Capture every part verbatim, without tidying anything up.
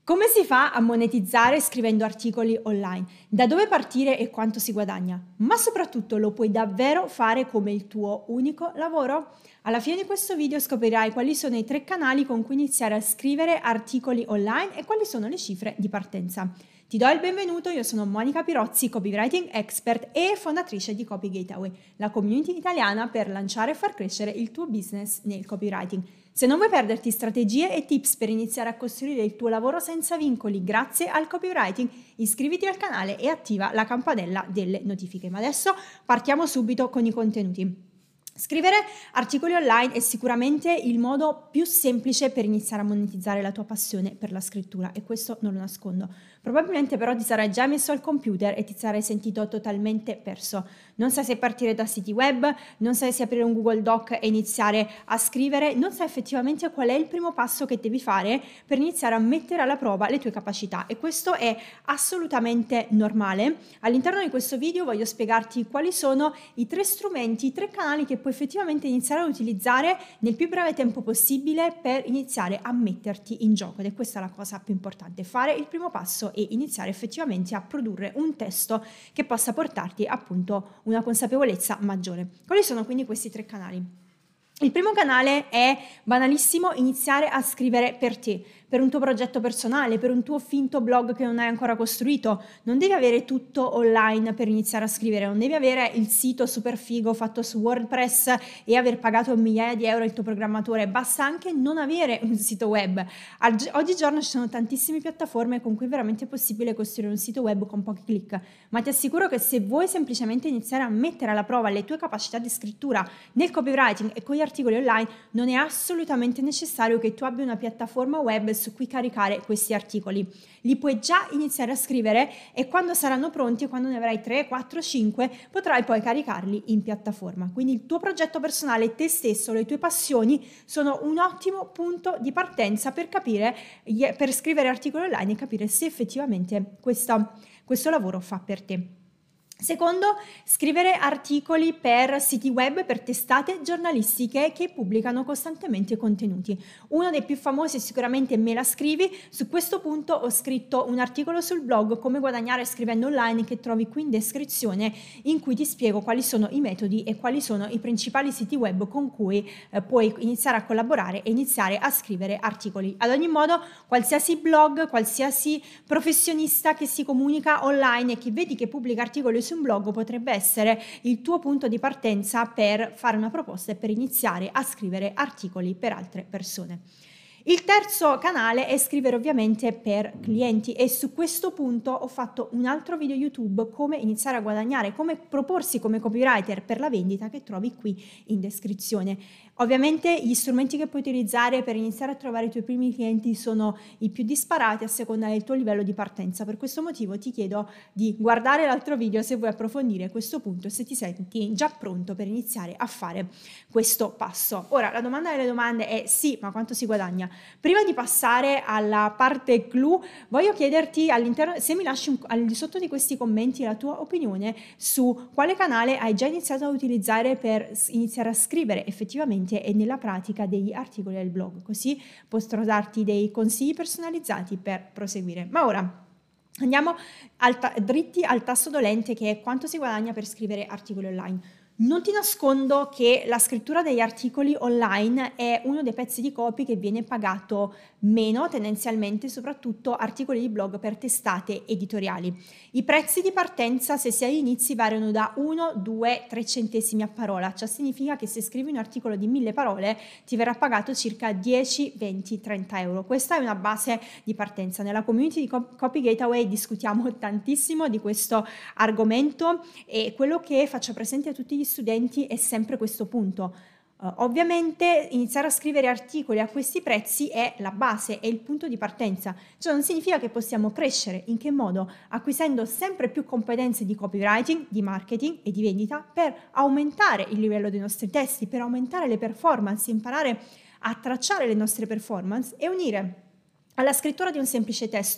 Come si fa a monetizzare scrivendo articoli online? Da dove partire e quanto si guadagna? Ma soprattutto lo puoi davvero fare come il tuo unico lavoro? Alla fine di questo video scoprirai quali sono i tre canali con cui iniziare a scrivere articoli online e quali sono le cifre di partenza. Ti do il benvenuto, io sono Monica Pirozzi, copywriting expert e fondatrice di Copy Gateway, la community italiana per lanciare e far crescere il tuo business nel copywriting. Se non vuoi perderti strategie e tips per iniziare a costruire il tuo lavoro senza vincoli grazie al copywriting, iscriviti al canale e attiva la campanella delle notifiche. Ma adesso partiamo subito con i contenuti. Scrivere articoli online è sicuramente il modo più semplice per iniziare a monetizzare la tua passione per la scrittura e questo non lo nascondo. Probabilmente però ti sarai già messo al computer e ti sarai sentito totalmente perso. Non sai se partire da siti web, non sai se aprire un Google Doc e iniziare a scrivere, non sai effettivamente qual è il primo passo che devi fare per iniziare a mettere alla prova le tue capacità e questo è assolutamente normale. All'interno di questo video voglio spiegarti quali sono i tre strumenti, i tre canali che puoi effettivamente iniziare ad utilizzare nel più breve tempo possibile per iniziare a metterti in gioco ed è questa la cosa più importante, fare il primo passo e iniziare effettivamente a produrre un testo che possa portarti appunto una consapevolezza maggiore. Quali sono quindi questi tre canali? Il primo canale è banalissimo, iniziare a scrivere per te, per un tuo progetto personale, per un tuo finto blog che non hai ancora costruito. Non devi avere tutto online per iniziare a scrivere, non devi avere il sito super figo fatto su WordPress e aver pagato migliaia di euro il tuo programmatore, basta anche non avere un sito web. Oggigiorno ci sono tantissime piattaforme con cui è veramente possibile costruire un sito web con pochi click, ma ti assicuro che se vuoi semplicemente iniziare a mettere alla prova le tue capacità di scrittura nel copywriting e con gli articoli online, non è assolutamente necessario che tu abbia una piattaforma web su cui caricare questi articoli. Li puoi già iniziare a scrivere e quando saranno pronti, quando ne avrai tre, quattro, cinque, potrai poi caricarli in piattaforma. Quindi il tuo progetto personale, te stesso, le tue passioni sono un ottimo punto di partenza per capire, per scrivere articoli online e capire se effettivamente questa, questo lavoro fa per te. Secondo, scrivere articoli per siti web, per testate giornalistiche che pubblicano costantemente contenuti. Uno dei più famosi è sicuramente Me la scrivi. Su questo punto ho scritto un articolo sul blog Come guadagnare scrivendo online che trovi qui in descrizione, in cui ti spiego quali sono i metodi e quali sono i principali siti web con cui eh, puoi iniziare a collaborare e iniziare a scrivere articoli. Ad ogni modo, qualsiasi blog, qualsiasi professionista che si comunica online e che vedi che pubblica articoli su un blog potrebbe essere il tuo punto di partenza per fare una proposta e per iniziare a scrivere articoli per altre persone. Il terzo canale è scrivere ovviamente per clienti e su questo punto ho fatto un altro video YouTube come iniziare a guadagnare, come proporsi come copywriter per la vendita che trovi qui in descrizione. Ovviamente gli strumenti che puoi utilizzare per iniziare a trovare i tuoi primi clienti sono i più disparati a seconda del tuo livello di partenza. Per questo motivo ti chiedo di guardare l'altro video se vuoi approfondire questo punto e se ti senti già pronto per iniziare a fare questo passo. Ora, la domanda delle domande è sì, ma quanto si guadagna? Prima di passare alla parte clou, voglio chiederti all'interno, se mi lasci un, al di sotto di questi commenti la tua opinione su quale canale hai già iniziato a utilizzare per iniziare a scrivere effettivamente e nella pratica degli articoli del blog, così posso darti dei consigli personalizzati per proseguire. Ma ora andiamo al ta- dritti al tasto dolente, che è quanto si guadagna per scrivere articoli online. Non ti nascondo che la scrittura degli articoli online è uno dei pezzi di copy che viene pagato meno tendenzialmente, soprattutto articoli di blog per testate editoriali. I prezzi di partenza, se sei agli inizi, variano da uno, due, tre centesimi a parola, cioè significa che se scrivi un articolo di mille parole ti verrà pagato circa dieci, venti, trenta euro. Questa è una base di partenza. Nella community di Copy Gateway discutiamo tantissimo di questo argomento e quello che faccio presente a tutti gli studenti è sempre questo punto. Uh, ovviamente iniziare a scrivere articoli a questi prezzi è la base, è il punto di partenza, cioè non significa che possiamo crescere. In che modo? Acquisendo sempre più competenze di copywriting, di marketing e di vendita per aumentare il livello dei nostri testi, per aumentare le performance, imparare a tracciare le nostre performance e unire alla scrittura di un semplice testo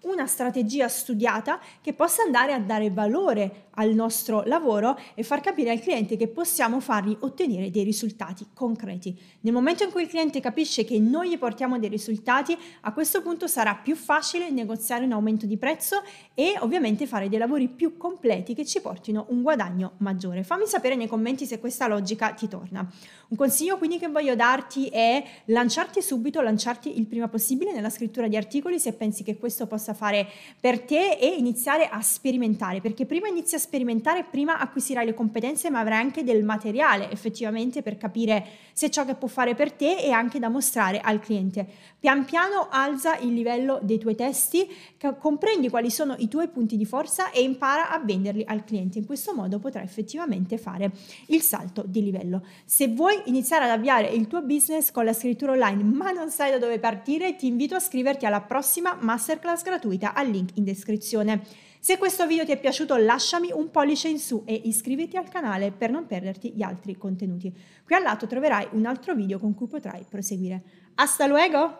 una strategia studiata che possa andare a dare valore al nostro lavoro e far capire al cliente che possiamo fargli ottenere dei risultati concreti. Nel momento in cui il cliente capisce che noi gli portiamo dei risultati, a questo punto sarà più facile negoziare un aumento di prezzo e ovviamente fare dei lavori più completi che ci portino un guadagno maggiore. Fammi sapere nei commenti se questa logica ti torna. Un consiglio quindi che voglio darti è lanciarti subito, lanciarti il prima possibile nella scrittura di articoli se pensi che questo possa fare per te e iniziare a sperimentare, perché prima inizi a sperimentare, prima acquisirai le competenze, ma avrai anche del materiale effettivamente per capire se ciò che può fare per te e anche da mostrare al cliente. Pian piano alza il livello dei tuoi testi, comprendi quali sono i tuoi punti di forza e impara a venderli al cliente. In questo modo potrai effettivamente fare il salto di livello. Se vuoi iniziare ad avviare il tuo business con la scrittura online ma non sai da dove partire, ti invito a iscriverti alla prossima masterclass gratuita al link in descrizione. Se questo video ti è piaciuto lasciami un pollice in su e iscriviti al canale per non perderti gli altri contenuti. Qui al lato troverai un altro video con cui potrai proseguire. Hasta luego!